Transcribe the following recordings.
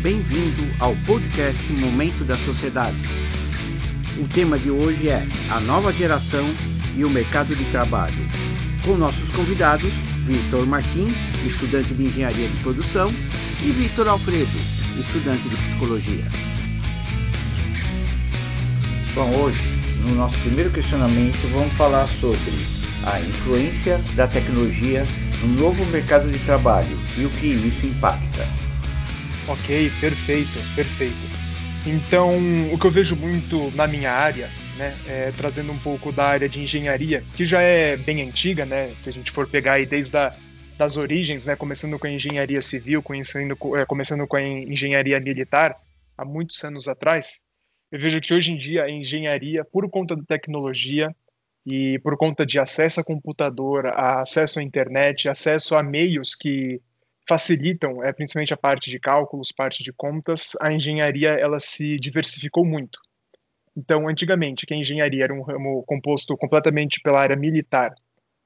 Bem-vindo ao podcast Momento da Sociedade. O tema de hoje é a nova geração e o mercado de trabalho. Com nossos convidados, Vitor Martins, estudante de Engenharia de Produção, e Vitor Alfredo, estudante de Psicologia. Bom, hoje, no nosso primeiro questionamento, vamos falar sobre a influência da tecnologia no novo mercado de trabalho e o que isso impacta. Ok, perfeito. Então, o que eu vejo muito na minha área, né, trazendo um pouco da área de engenharia, que já é bem antiga, né, se a gente for pegar aí desde das origens, né, começando com a engenharia civil, começando com a engenharia militar, há muitos anos atrás, eu vejo que hoje em dia a engenharia, por conta da tecnologia e por conta de acesso a computador, acesso à internet, acesso a meios que facilitam, principalmente a parte de cálculos, parte de contas, a engenharia ela se diversificou muito. Então, antigamente, que a engenharia era um ramo composto completamente pela área militar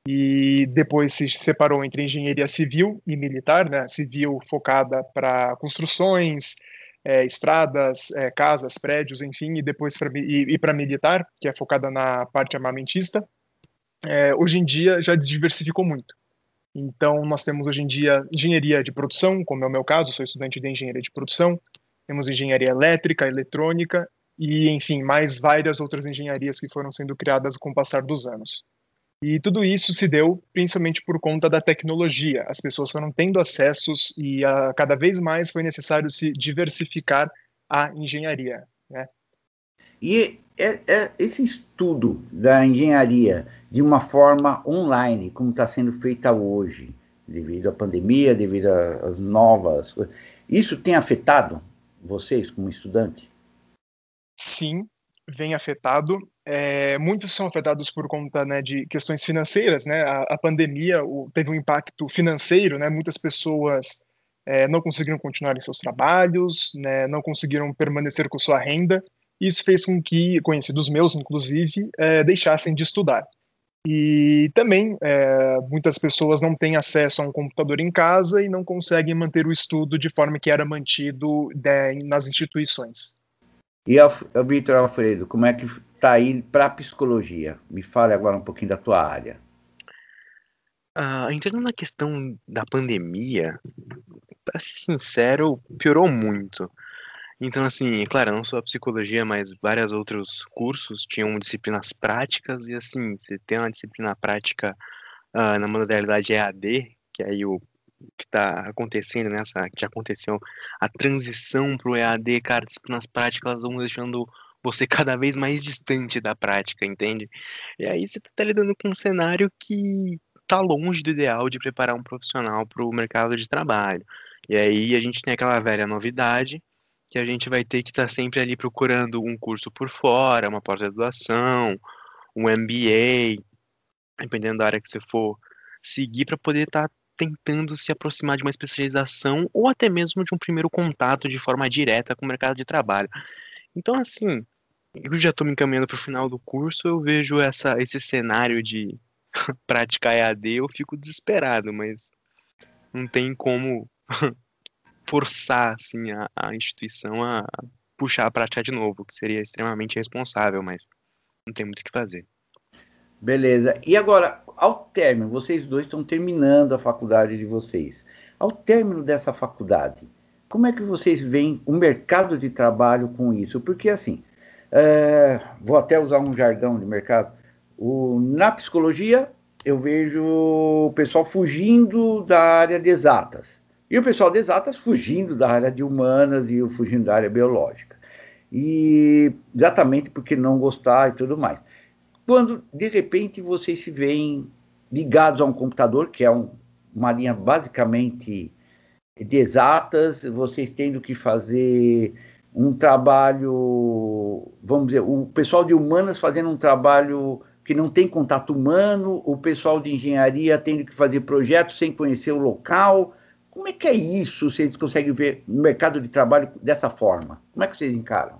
e depois se separou entre engenharia civil e militar, né? Civil focada para construções, estradas, casas, prédios, enfim, e depois para militar, que é focada na parte armamentista. Hoje em dia já diversificou muito. Então, nós temos hoje em dia engenharia de produção, como é o meu caso, sou estudante de engenharia de produção, temos engenharia elétrica, eletrônica e, enfim, mais várias outras engenharias que foram sendo criadas com o passar dos anos. E tudo isso se deu principalmente por conta da tecnologia. As pessoas foram tendo acessos e cada vez mais foi necessário se diversificar a engenharia, né? E esse estudo da engenharia de uma forma online, como está sendo feita hoje, devido à pandemia, devido às novas coisas, isso tem afetado vocês como estudante? Sim, vem afetado. Muitos são afetados por conta, né, de questões financeiras, né? A pandemia teve um impacto financeiro, né? Muitas pessoas não conseguiram continuar em seus trabalhos, né? Não conseguiram permanecer com sua renda. Isso fez com que conhecidos meus, inclusive, deixassem de estudar. E também muitas pessoas não têm acesso a um computador em casa e não conseguem manter o estudo de forma que era mantido nas instituições. E Vitor Alfredo, como é que está aí para a psicologia? Me fale agora um pouquinho da tua área. Entrando na questão da pandemia, para ser sincero, piorou muito. Então, assim, claro, eu não sou a psicologia, mas vários outros cursos tinham disciplinas práticas, e assim, você tem uma disciplina prática na modalidade EAD, que é aí o que está acontecendo que já aconteceu, a transição para o EAD, cara, disciplinas práticas elas vão deixando você cada vez mais distante da prática, entende? E aí você está lidando com um cenário que está longe do ideal de preparar um profissional para o mercado de trabalho. E aí a gente tem aquela velha novidade que a gente vai ter que estar sempre ali procurando um curso por fora, uma pós-graduação, um MBA, dependendo da área que você for seguir, para poder estar tentando se aproximar de uma especialização ou até mesmo de um primeiro contato de forma direta com o mercado de trabalho. Então, assim, eu já estou me encaminhando para o final do curso, eu vejo esse cenário de praticar EAD, eu fico desesperado, mas não tem como forçar assim a instituição a puxar a prática de novo, que seria extremamente irresponsável, mas não tem muito o que fazer. Beleza. E agora, ao término, vocês dois estão terminando a faculdade de vocês. Ao término dessa faculdade, como é que vocês veem o mercado de trabalho com isso? Porque, assim, vou até usar um jargão de mercado. Na psicologia, eu vejo o pessoal fugindo da área de exatas. E o pessoal de exatas fugindo da área de humanas e fugindo da área biológica. E exatamente porque não gostar e tudo mais. Quando, de repente, vocês se veem ligados a um computador, que é uma linha basicamente de exatas, vocês tendo que fazer um trabalho, vamos dizer, o pessoal de humanas fazendo um trabalho que não tem contato humano, o pessoal de engenharia tendo que fazer projetos sem conhecer o local. Como é que é isso? Vocês conseguem ver o mercado de trabalho dessa forma? Como é que vocês encaram?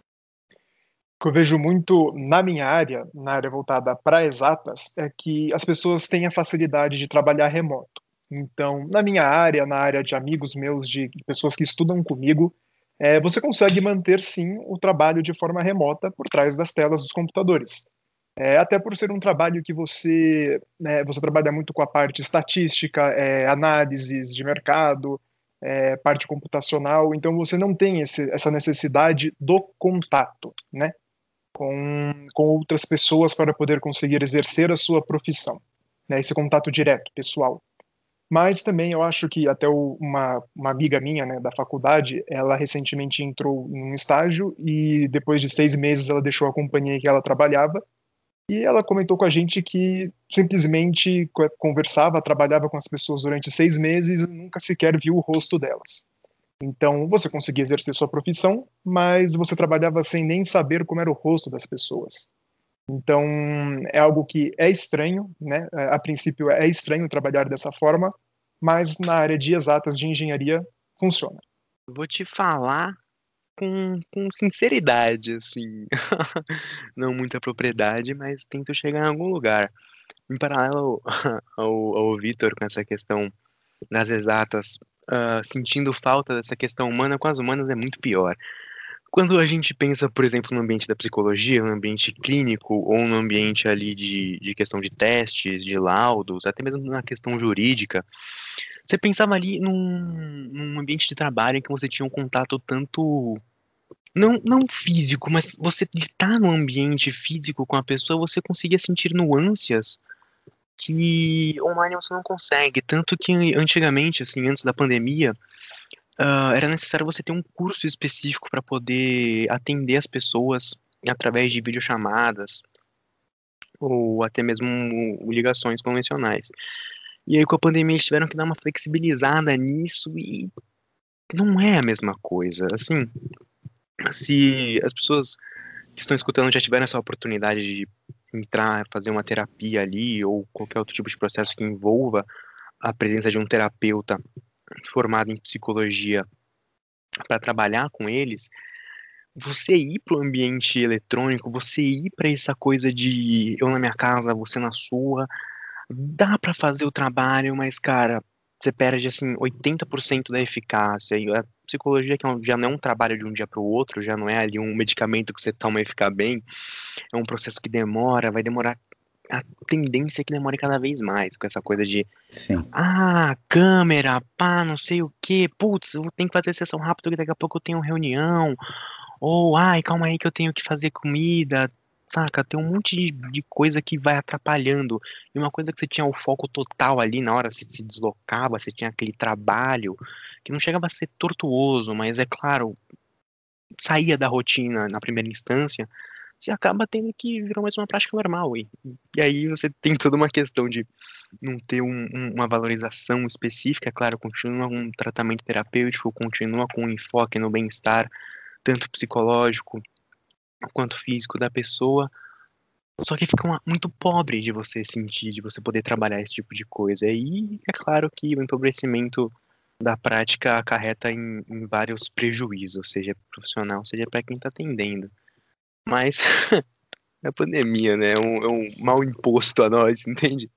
O que eu vejo muito na minha área, na área voltada para exatas, é que as pessoas têm a facilidade de trabalhar remoto. Então, na minha área, na área de amigos meus, de pessoas que estudam comigo, você consegue manter, sim, o trabalho de forma remota por trás das telas dos computadores. Até por ser um trabalho que você trabalha muito com a parte estatística, análises de mercado, parte computacional, então você não tem essa necessidade do contato, né, com outras pessoas para poder conseguir exercer a sua profissão, né, esse contato direto, pessoal. Mas também eu acho que até uma amiga minha, né, da faculdade, ela recentemente entrou em um estágio e depois de 6 meses ela deixou a companhia que ela trabalhava e ela comentou com a gente que simplesmente conversava, trabalhava com as pessoas durante 6 meses e nunca sequer viu o rosto delas. Então, você conseguia exercer sua profissão, mas você trabalhava sem nem saber como era o rosto das pessoas. Então, é algo que é estranho, né? A princípio é estranho trabalhar dessa forma, mas na área de exatas de engenharia funciona. Vou te falar com sinceridade, assim. Não muita propriedade, mas tento chegar em algum lugar. Em paralelo ao Vitor, com essa questão das exatas, sentindo falta dessa questão humana, com as humanas é muito pior. Quando a gente pensa, por exemplo, no ambiente da psicologia, no ambiente clínico, ou no ambiente ali de questão de testes, de laudos, até mesmo na questão jurídica, você pensava ali num ambiente de trabalho em que você tinha um contato tanto, não físico, mas você de estar no ambiente físico com a pessoa, você conseguia sentir nuances que online você não consegue. Tanto que antigamente, assim, antes da pandemia, era necessário você ter um curso específico para poder atender as pessoas através de videochamadas ou até mesmo ligações convencionais. E aí com a pandemia eles tiveram que dar uma flexibilizada nisso e não é a mesma coisa. Assim, se as pessoas que estão escutando já tiveram essa oportunidade de entrar, fazer uma terapia ali ou qualquer outro tipo de processo que envolva a presença de um terapeuta formado em psicologia para trabalhar com eles, você ir para o ambiente eletrônico, você ir para essa coisa de eu na minha casa, você na sua, dá para fazer o trabalho, mas, cara, você perde, assim, 80% da eficácia. E a psicologia, que já não é um trabalho de um dia para o outro, já não é ali um medicamento que você toma e fica bem, é um processo que demora, vai demorar, a tendência é que demore cada vez mais, com essa coisa de Sim. câmera, pá, não sei o quê, putz, eu tenho que fazer sessão rápida que daqui a pouco eu tenho reunião, ou, ai, calma aí que eu tenho que fazer comida, saca? Tem um monte de coisa que vai atrapalhando. E uma coisa que você tinha o foco total ali na hora, você se deslocava, você tinha aquele trabalho, que não chegava a ser tortuoso, mas é claro, saía da rotina na primeira instância, você acaba tendo que virar mais uma prática normal. E aí você tem toda uma questão de não ter uma valorização específica, é claro, continua um tratamento terapêutico, continua com um enfoque no bem-estar, tanto psicológico quanto físico da pessoa, só que fica muito pobre de você sentir, de você poder trabalhar esse tipo de coisa. E é claro que o empobrecimento da prática acarreta em vários prejuízos, seja profissional, seja para quem está atendendo. Mas é a pandemia, né? É um mal imposto a nós, entende?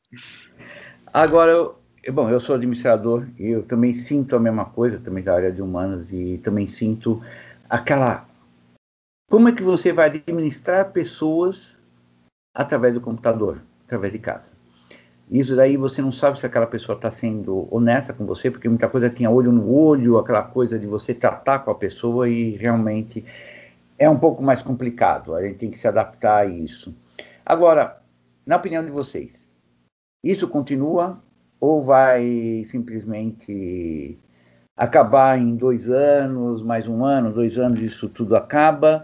Agora, eu sou administrador e eu também sinto a mesma coisa, também da área de humanas, e também sinto aquela... Como é que você vai administrar pessoas através do computador, através de casa? Isso daí você não sabe se aquela pessoa está sendo honesta com você, porque muita coisa tinha olho no olho, aquela coisa de você tratar com a pessoa e realmente é um pouco mais complicado, a gente tem que se adaptar a isso. Agora, na opinião de vocês, isso continua ou vai simplesmente acabar em 2 anos, mais 1 ano, 2 anos, isso tudo acaba?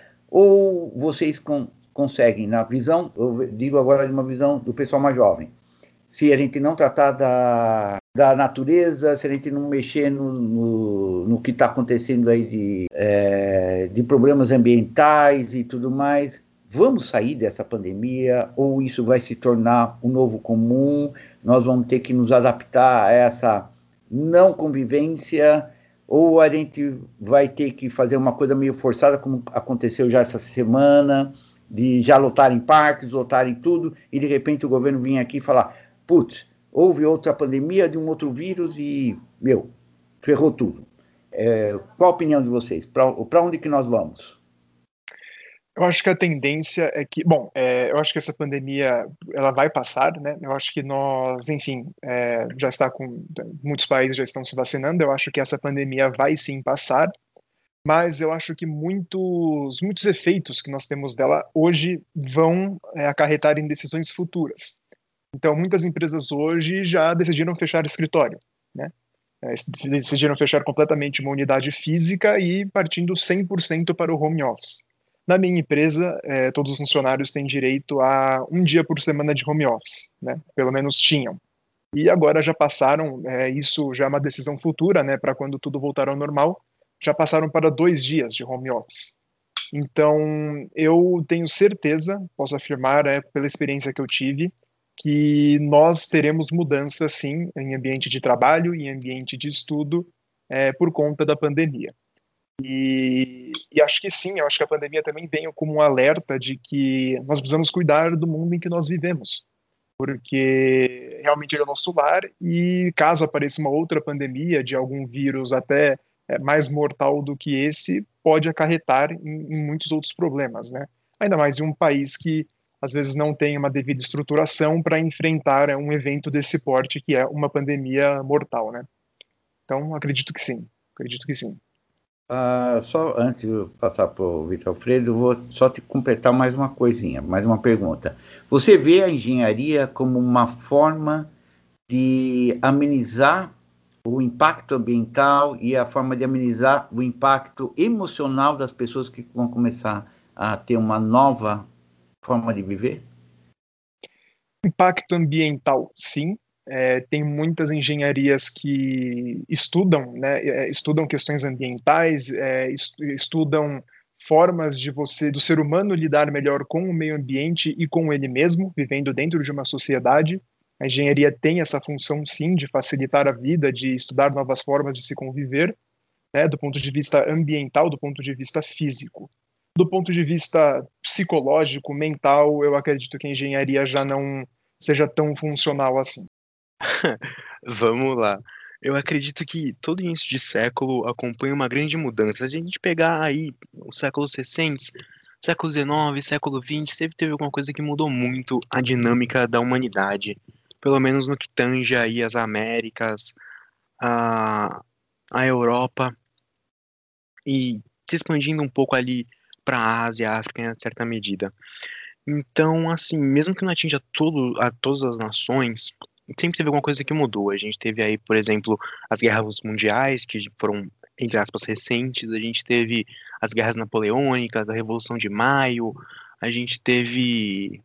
Ou vocês conseguem, na visão, eu digo agora de uma visão do pessoal mais jovem, se a gente não tratar da natureza, se a gente não mexer no que está acontecendo aí de problemas ambientais e tudo mais, vamos sair dessa pandemia ou isso vai se tornar um novo comum, nós vamos ter que nos adaptar a essa não convivência, ou a gente vai ter que fazer uma coisa meio forçada, como aconteceu já essa semana, de já lotarem parques, lotarem tudo, e de repente o governo vinha aqui e falar, putz, houve outra pandemia de um outro vírus e, ferrou tudo. Qual a opinião de vocês? Para onde que nós vamos? Eu acho que a tendência é que, eu acho que essa pandemia ela vai passar, né? Eu acho que nós, enfim, já está com muitos países já estão se vacinando. Eu acho que essa pandemia vai sim passar, mas eu acho que muitos efeitos que nós temos dela hoje vão acarretar em decisões futuras. Então, muitas empresas hoje já decidiram fechar escritório, né? Decidiram fechar completamente uma unidade física e partindo 100% para o home office. Na minha empresa, todos os funcionários têm direito a um dia por semana de home office, né? Pelo menos tinham. E agora já passaram, isso já é uma decisão futura, né? Para quando tudo voltar ao normal, já passaram para 2 dias de home office. Então, eu tenho certeza, posso afirmar, pela experiência que eu tive, que nós teremos mudança, sim, em ambiente de trabalho e em ambiente de estudo, por conta da pandemia. E acho que sim, eu acho que a pandemia também veio como um alerta de que nós precisamos cuidar do mundo em que nós vivemos, porque realmente ele é o nosso lar e caso apareça uma outra pandemia de algum vírus até mais mortal do que esse, pode acarretar em muitos outros problemas, né? Ainda mais em um país que às vezes não tem uma devida estruturação para enfrentar um evento desse porte que é uma pandemia mortal, né? Então, acredito que sim, acredito que sim. Só antes de passar para o Vitor Alfredo, eu vou só te completar mais uma coisinha, mais uma pergunta. Você vê a engenharia como uma forma de amenizar o impacto ambiental e a forma de amenizar o impacto emocional das pessoas que vão começar a ter uma nova forma de viver? Impacto ambiental, sim. Tem muitas engenharias que estudam, né, estudam questões ambientais, estudam formas do ser humano lidar melhor com o meio ambiente e com ele mesmo, vivendo dentro de uma sociedade. A engenharia tem essa função, sim, de facilitar a vida, de estudar novas formas de se conviver, né, do ponto de vista ambiental, do ponto de vista físico. Do ponto de vista psicológico, mental, eu acredito que a engenharia já não seja tão funcional assim. Vamos lá. Eu acredito que todo início de século acompanha uma grande mudança. Se a gente pegar aí os séculos recentes, século XIX, século XX, sempre teve alguma coisa que mudou muito a dinâmica da humanidade. Pelo menos no que tange aí as Américas, a, a Europa e se expandindo um pouco ali para a Ásia, África em certa medida. Então, assim, mesmo que não atinja todas as nações, sempre teve alguma coisa que mudou. A gente teve aí, por exemplo, as guerras mundiais, que foram, entre aspas, recentes. A gente teve as guerras napoleônicas, a Revolução de Maio. A gente teve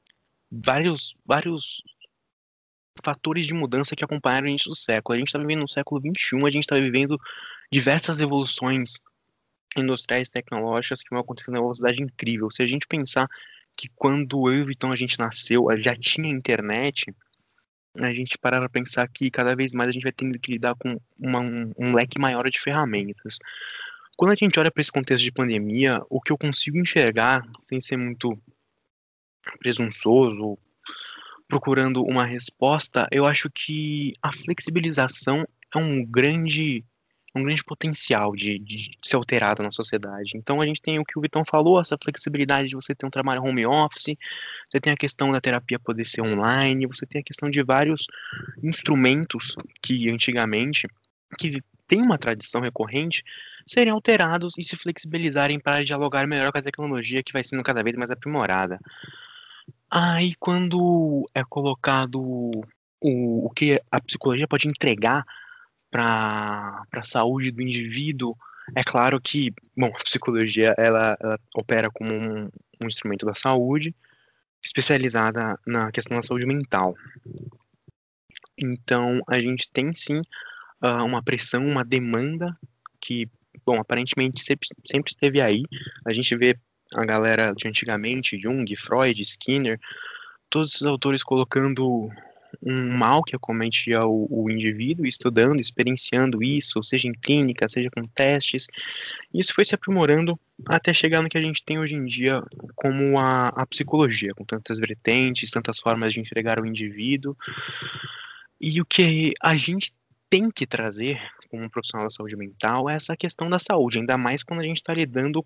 vários fatores de mudança que acompanharam o início do século. A gente está vivendo no século XXI, a gente está vivendo diversas revoluções industriais tecnológicas que vão acontecendo a uma velocidade incrível. Se a gente pensar que quando eu e o Vitão a gente nasceu, já tinha internet, a gente parar para pensar que cada vez mais a gente vai tendo que lidar com um leque maior de ferramentas. Quando a gente olha para esse contexto de pandemia, o que eu consigo enxergar, sem ser muito presunçoso, procurando uma resposta, eu acho que a flexibilização é um grande potencial de ser alterado na sociedade. Então a gente tem o que o Vitão falou, essa flexibilidade de você ter um trabalho home office, você tem a questão da terapia poder ser online, você tem a questão de vários instrumentos que antigamente, que tem uma tradição recorrente, serem alterados e se flexibilizarem para dialogar melhor com a tecnologia que vai sendo cada vez mais aprimorada. Aí quando é colocado o que a psicologia pode entregar para a saúde do indivíduo, é claro que, bom, a psicologia ela opera como um instrumento da saúde, especializada na questão da saúde mental. Então, a gente tem sim uma pressão, uma demanda que, bom, aparentemente sempre esteve aí. A gente vê a galera de antigamente, Jung, Freud, Skinner, todos esses autores colocando um mal que acometia o indivíduo, estudando, experienciando isso, seja em clínica, seja com testes. Isso foi se aprimorando até chegar no que a gente tem hoje em dia como a psicologia, com tantas vertentes, tantas formas de entregar o indivíduo. E o que a gente tem que trazer como um profissional da saúde mental é essa questão da saúde, ainda mais quando a gente está lidando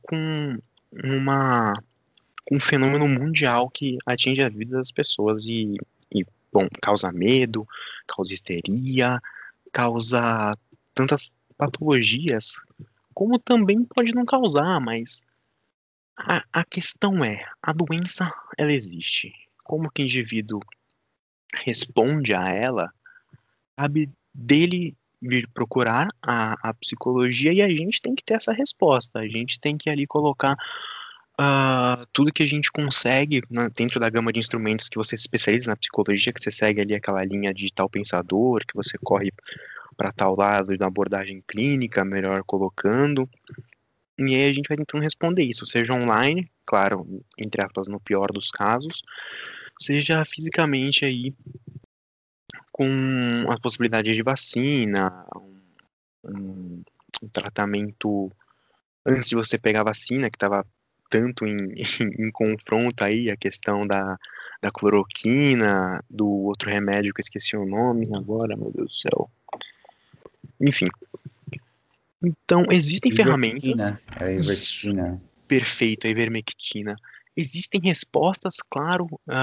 uma, com um fenômeno mundial que atinge a vida das pessoas e, bom, causa medo, causa histeria, causa tantas patologias, como também pode não causar, mas a questão é, a doença, ela existe. Como que o indivíduo responde a ela, cabe dele vir procurar a psicologia e a gente tem que ter essa resposta. A gente tem que ali colocar tudo que a gente consegue dentro da gama de instrumentos que você se especializa na psicologia, que você segue ali aquela linha de tal pensador, que você corre para tal lado da abordagem clínica, melhor colocando. E aí a gente vai tentando responder isso, seja online, claro, entre aspas, no pior dos casos, seja fisicamente aí com a possibilidade de vacina, um, um tratamento antes de você pegar a vacina, que estava tanto em confronto aí, a questão da cloroquina, do outro remédio que eu esqueci o nome agora, meu Deus do céu. Enfim. Então, existem ferramentas. A ivermectina. Perfeito, a ivermectina. Existem respostas, claro,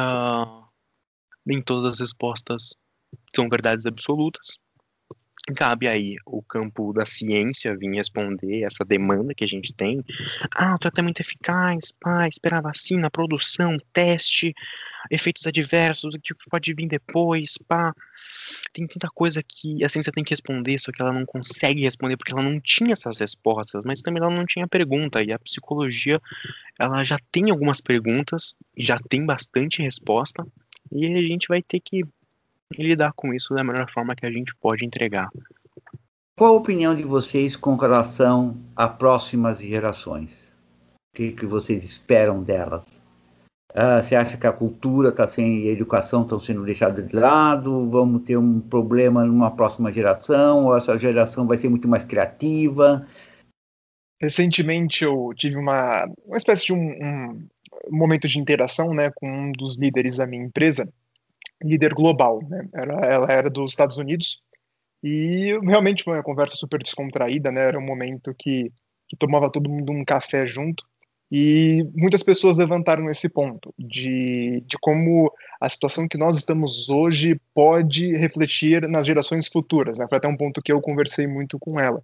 nem todas as respostas são verdades absolutas. Cabe aí o campo da ciência vir responder essa demanda que a gente tem. O tratamento eficaz, esperar a vacina, produção, teste, efeitos adversos, o que pode vir depois, Tem tanta coisa que a ciência tem que responder, só que ela não consegue responder porque ela não tinha essas respostas, mas também ela não tinha pergunta. E a psicologia, ela já tem algumas perguntas, já tem bastante resposta, e a gente vai ter que lidar com isso da melhor forma que a gente pode entregar. Qual a opinião de vocês com relação a próximas gerações? O que vocês esperam delas? Você acha que a cultura está sem e a educação estão sendo deixadas de lado? Vamos ter um problema numa próxima geração? Ou essa geração vai ser muito mais criativa? Recentemente eu tive uma espécie de um momento de interação, né, com um dos líderes da minha empresa, líder global, né? Ela era dos Estados Unidos e realmente foi uma conversa super descontraída, né? Era um momento que tomava todo mundo um café junto e muitas pessoas levantaram esse ponto de como a situação que nós estamos hoje pode refletir nas gerações futuras, né? Foi até um ponto que eu conversei muito com ela.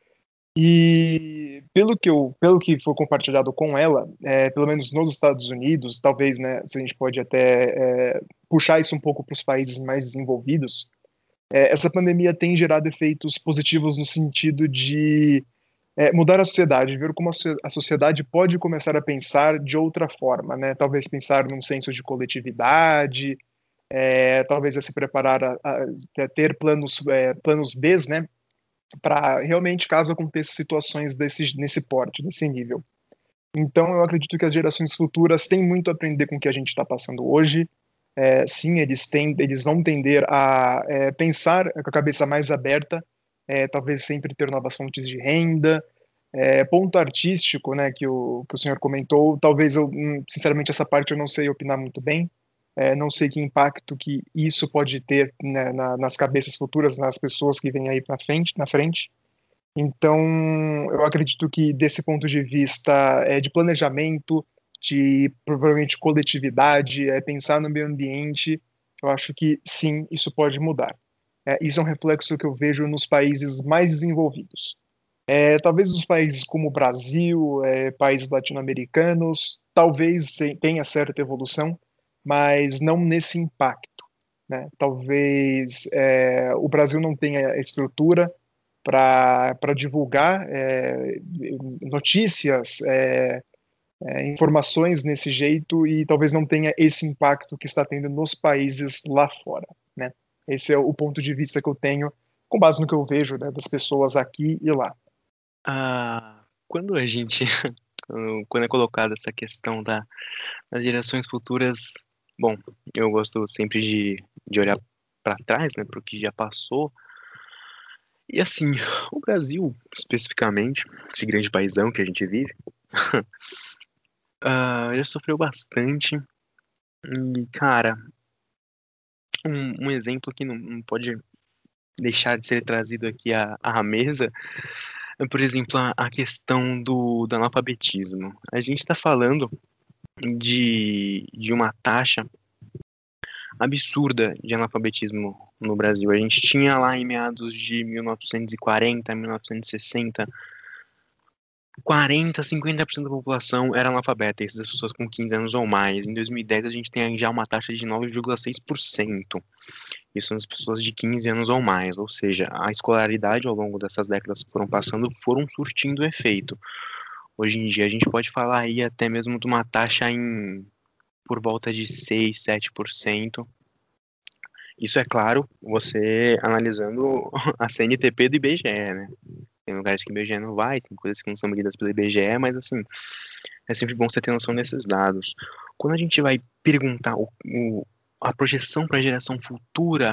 E pelo que foi compartilhado com ela, pelo menos nos Estados Unidos, talvez, né, se a gente pode até puxar isso um pouco para os países mais desenvolvidos, essa pandemia tem gerado efeitos positivos no sentido de mudar a sociedade, ver como a sociedade pode começar a pensar de outra forma, né? Talvez pensar num senso de coletividade, talvez a se preparar a ter planos B, né? Para realmente caso aconteça situações nesse porte, nesse nível. Então, eu acredito que as gerações futuras têm muito a aprender com o que a gente está passando hoje. Sim, eles vão tender a pensar com a cabeça mais aberta, talvez sempre ter novas fontes de renda. Ponto artístico, né, que o senhor comentou, talvez eu, sinceramente, essa parte eu não sei opinar muito bem. Não sei que impacto que isso pode ter, né, nas cabeças futuras, nas pessoas que vêm aí na frente. Então, eu acredito que desse ponto de vista de planejamento, de provavelmente coletividade, pensar no meio ambiente, eu acho que sim, isso pode mudar. Isso é um reflexo que eu vejo nos países mais desenvolvidos. Talvez os países como o Brasil, países latino-americanos, talvez tenha certa evolução, mas não nesse impacto, né? Talvez o Brasil não tenha estrutura para divulgar notícias, informações nesse jeito e talvez não tenha esse impacto que está tendo nos países lá fora, né? Esse é o ponto de vista que eu tenho com base no que eu vejo, né, das pessoas aqui e lá. Quando a gente, quando é colocada essa questão das gerações futuras, bom, eu gosto sempre de olhar para trás, né, para o que já passou. E assim, o Brasil, especificamente, esse grande paizão que a gente vive, já sofreu bastante. E, cara, um exemplo que não pode deixar de ser trazido aqui à mesa, é, por exemplo, a questão do analfabetismo. A gente está falando de uma taxa absurda de analfabetismo no Brasil. A gente tinha lá em meados de 1940, 1960, 40, 50% da população era analfabeta, essas pessoas com 15 anos ou mais. Em 2010 a gente tem já uma taxa de 9,6%. Isso são as pessoas de 15 anos ou mais, ou seja, a escolaridade ao longo dessas décadas que foram passando foram surtindo efeito. Hoje em dia a gente pode falar aí até mesmo de uma taxa por volta de 6, 7%. Isso é claro, você analisando a CNTP do IBGE, né? Tem lugares que o IBGE não vai, tem coisas que não são medidas pelo IBGE, mas assim, é sempre bom você ter noção desses dados. Quando a gente vai perguntar a projeção para a geração futura,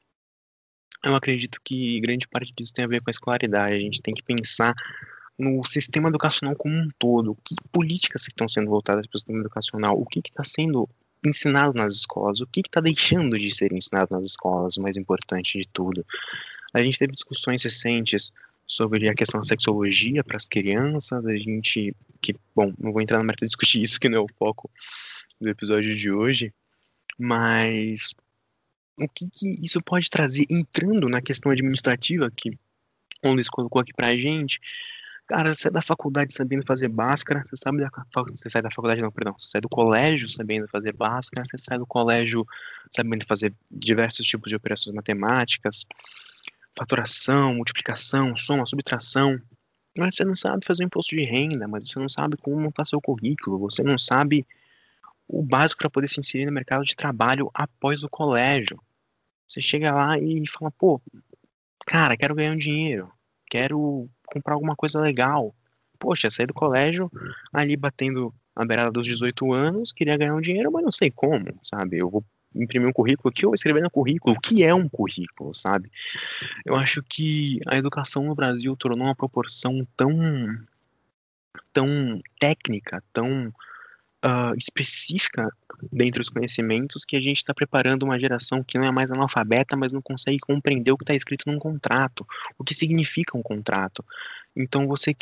eu acredito que grande parte disso tem a ver com a escolaridade. A gente tem que pensar no sistema educacional como um todo. Que políticas que estão sendo voltadas para o sistema educacional? O que está sendo ensinado nas escolas? O que está deixando de ser ensinado nas escolas? O mais importante de tudo. A gente teve discussões recentes sobre a questão da sexologia para as crianças. Bom, não vou entrar no mérito de discutir isso, que não é o foco do episódio de hoje, mas o que isso pode trazer, entrando na questão administrativa que o Luiz colocou aqui pra gente. Cara, você sai da faculdade sabendo fazer Bhaskara, você sai da faculdade, não, perdão, você sai do colégio sabendo fazer Bhaskara, você sai do colégio sabendo fazer diversos tipos de operações matemáticas, faturação, multiplicação, soma, subtração, mas você não sabe fazer o imposto de renda, mas você não sabe como montar seu currículo, você não sabe o básico para poder se inserir no mercado de trabalho após o colégio. Você chega lá e fala, pô, cara, quero ganhar um dinheiro, quero comprar alguma coisa legal. Poxa, saí do colégio, ali batendo a beirada dos 18 anos, queria ganhar um dinheiro, mas não sei como, sabe? Eu vou imprimir um currículo, o que eu vou escrever no currículo? O que é um currículo, sabe? Eu acho que a educação no Brasil tornou uma proporção tão técnica, tão específica dentre os conhecimentos, que a gente está preparando uma geração que não é mais analfabeta, mas não consegue compreender o que está escrito num contrato, o que significa um contrato. Então você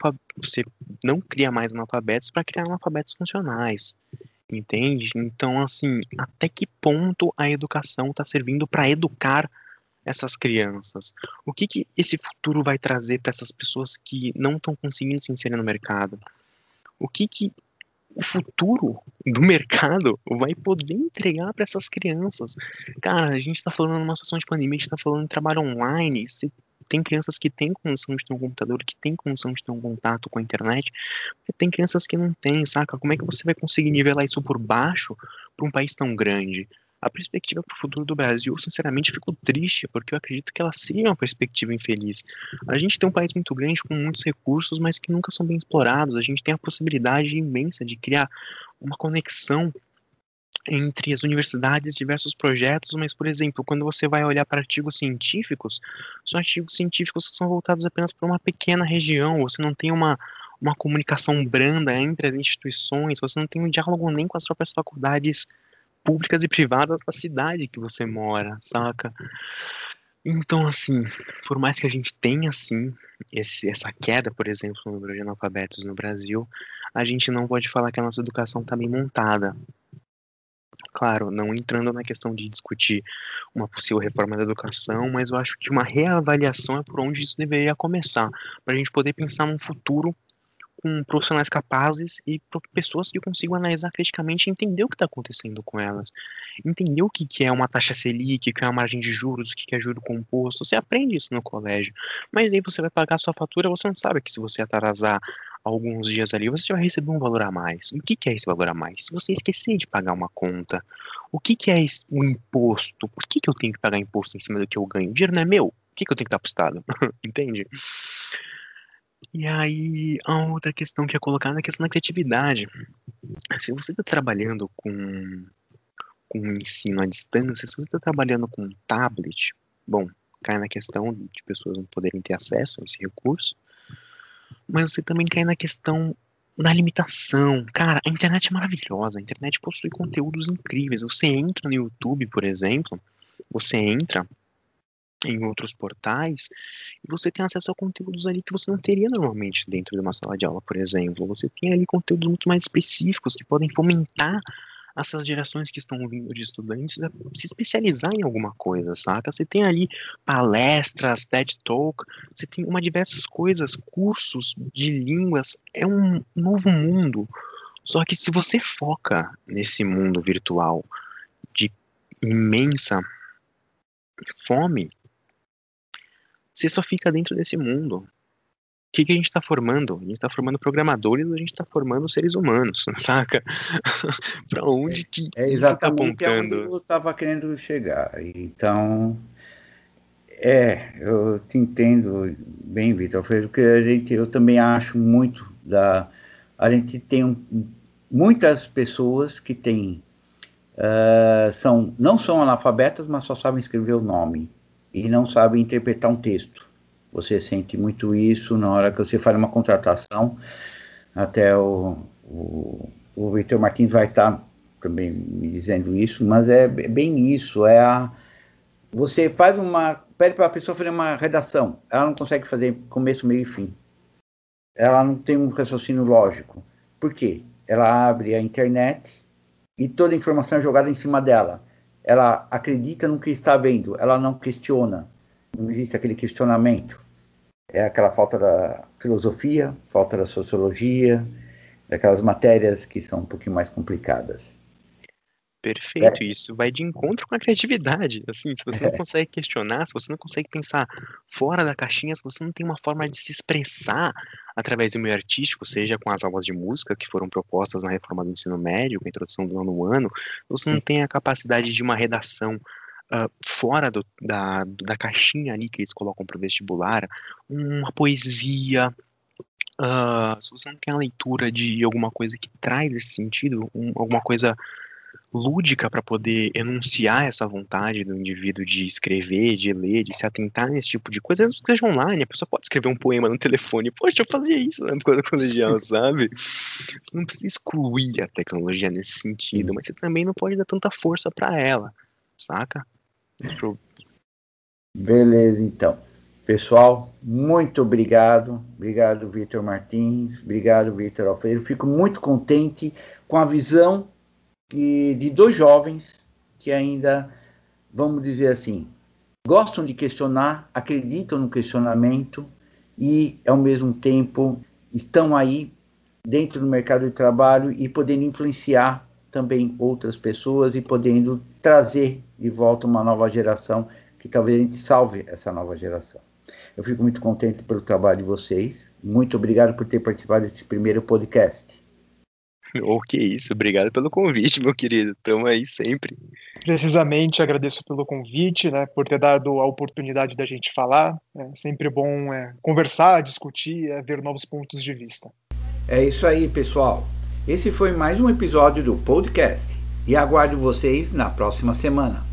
não cria mais analfabetos para criar analfabetos funcionais, entende? Então, assim, até que ponto a educação está servindo para educar essas crianças? O que esse futuro vai trazer para essas pessoas que não estão conseguindo se inserir no mercado? O que o futuro do mercado vai poder entregar para essas crianças? Cara, a gente está falando numa situação de pandemia, a gente está falando de trabalho online. Se tem crianças que têm condição de ter um computador, que têm condição de ter um contato com a internet, e tem crianças que não têm, saca? Como é que você vai conseguir nivelar isso por baixo para um país tão grande? A perspectiva para o futuro do Brasil, eu sinceramente fico triste, porque eu acredito que ela seria uma perspectiva infeliz. A gente tem um país muito grande, com muitos recursos, mas que nunca são bem explorados. A gente tem a possibilidade imensa de criar uma conexão entre as universidades e diversos projetos, mas, por exemplo, quando você vai olhar para artigos científicos, são artigos científicos que são voltados apenas para uma pequena região. Você não tem uma comunicação branda entre as instituições, você não tem um diálogo nem com as próprias faculdades públicas e privadas da cidade que você mora, saca? Então, assim, por mais que a gente tenha, assim, essa queda, por exemplo, no número de analfabetos no Brasil, a gente não pode falar que a nossa educação está bem montada. Claro, não entrando na questão de discutir uma possível reforma da educação, mas eu acho que uma reavaliação é por onde isso deveria começar, para a gente poder pensar num futuro com profissionais capazes e pessoas que consigam analisar criticamente e entender o que está acontecendo com elas. Entender o que é uma taxa Selic, o que é uma margem de juros, o que é juro composto. Você aprende isso no colégio. Mas aí você vai pagar a sua fatura, você não sabe que se você atrasar alguns dias ali, você vai receber um valor a mais. O que é esse valor a mais? Se você esquecer de pagar uma conta, o que é o imposto? Por que eu tenho que pagar imposto em cima do que eu ganho? O dinheiro não é meu. Por que eu tenho que dar pro Estado? Entende? E aí, a outra questão que é colocada é a questão da criatividade. Se você está trabalhando com ensino à distância, se você está trabalhando com tablet, bom, cai na questão de pessoas não poderem ter acesso a esse recurso, mas você também cai na questão da limitação. Cara, a internet é maravilhosa, a internet possui conteúdos incríveis. Você entra no YouTube, por exemplo, você entra em outros portais, e você tem acesso a conteúdos ali que você não teria normalmente dentro de uma sala de aula, por exemplo. Você tem ali conteúdos muito mais específicos que podem fomentar essas gerações que estão vindo de estudantes a se especializar em alguma coisa, saca? Você tem ali palestras, TED Talk, você tem diversas coisas, cursos de línguas, é um novo mundo. Só que se você foca nesse mundo virtual de imensa fome, você só fica dentro desse mundo. O que a gente está formando? A gente está formando programadores, a gente está formando seres humanos, saca? Para onde que É isso está exatamente aonde apontando? eu estava querendo chegar. Então, eu te entendo bem, Vitor. Porque eu também acho muito a gente tem muitas pessoas que têm não são analfabetas, mas só sabem escrever o nome e não sabem interpretar um texto. Você sente muito isso na hora que você faz uma contratação. Até o Vitor Martins vai estar também me dizendo isso, mas é bem isso. Você pede para a pessoa fazer uma redação, ela não consegue fazer começo, meio e fim. Ela não tem um raciocínio lógico. Por quê? Ela abre a internet e toda a informação é jogada em cima dela. Ela acredita no que está vendo, ela não questiona. Não existe aquele questionamento. É aquela falta da filosofia, falta da sociologia, daquelas matérias que são um pouquinho mais complicadas. Perfeito, isso vai de encontro com a criatividade. Assim, se você não consegue questionar, se você não consegue pensar fora da caixinha, se você não tem uma forma de se expressar através do meio artístico, seja com as aulas de música que foram propostas na reforma do ensino médio, com a introdução do nono ano, você não tem a capacidade de uma redação fora da caixinha ali que eles colocam para o vestibular, uma poesia. Se você não tem a leitura de alguma coisa que traz esse sentido, alguma coisa lúdica para poder enunciar essa vontade do indivíduo de escrever, de ler, de se atentar nesse tipo de coisa, mesmo que seja online, a pessoa pode escrever um poema no telefone. Poxa, eu fazia isso na época da colegial, sabe? Você não precisa excluir a tecnologia nesse sentido, mas você também não pode dar tanta força para ela, saca? Beleza, então. Pessoal, muito obrigado. Obrigado, Vitor Martins. Obrigado, Vitor Alfredo. Fico muito contente com a visão de dois jovens que ainda, vamos dizer assim, gostam de questionar, acreditam no questionamento e, ao mesmo tempo, estão aí dentro do mercado de trabalho e podendo influenciar também outras pessoas e podendo trazer de volta uma nova geração que talvez a gente salve essa nova geração. Eu fico muito contente pelo trabalho de vocês. Muito obrigado por ter participado desse primeiro podcast. Oh, que isso, obrigado pelo convite, meu querido. Estamos aí sempre. Precisamente, agradeço pelo convite, né, por ter dado a oportunidade da gente falar. É sempre bom conversar, discutir, ver novos pontos de vista. É isso aí, pessoal. Esse foi mais um episódio do podcast e aguardo vocês na próxima semana.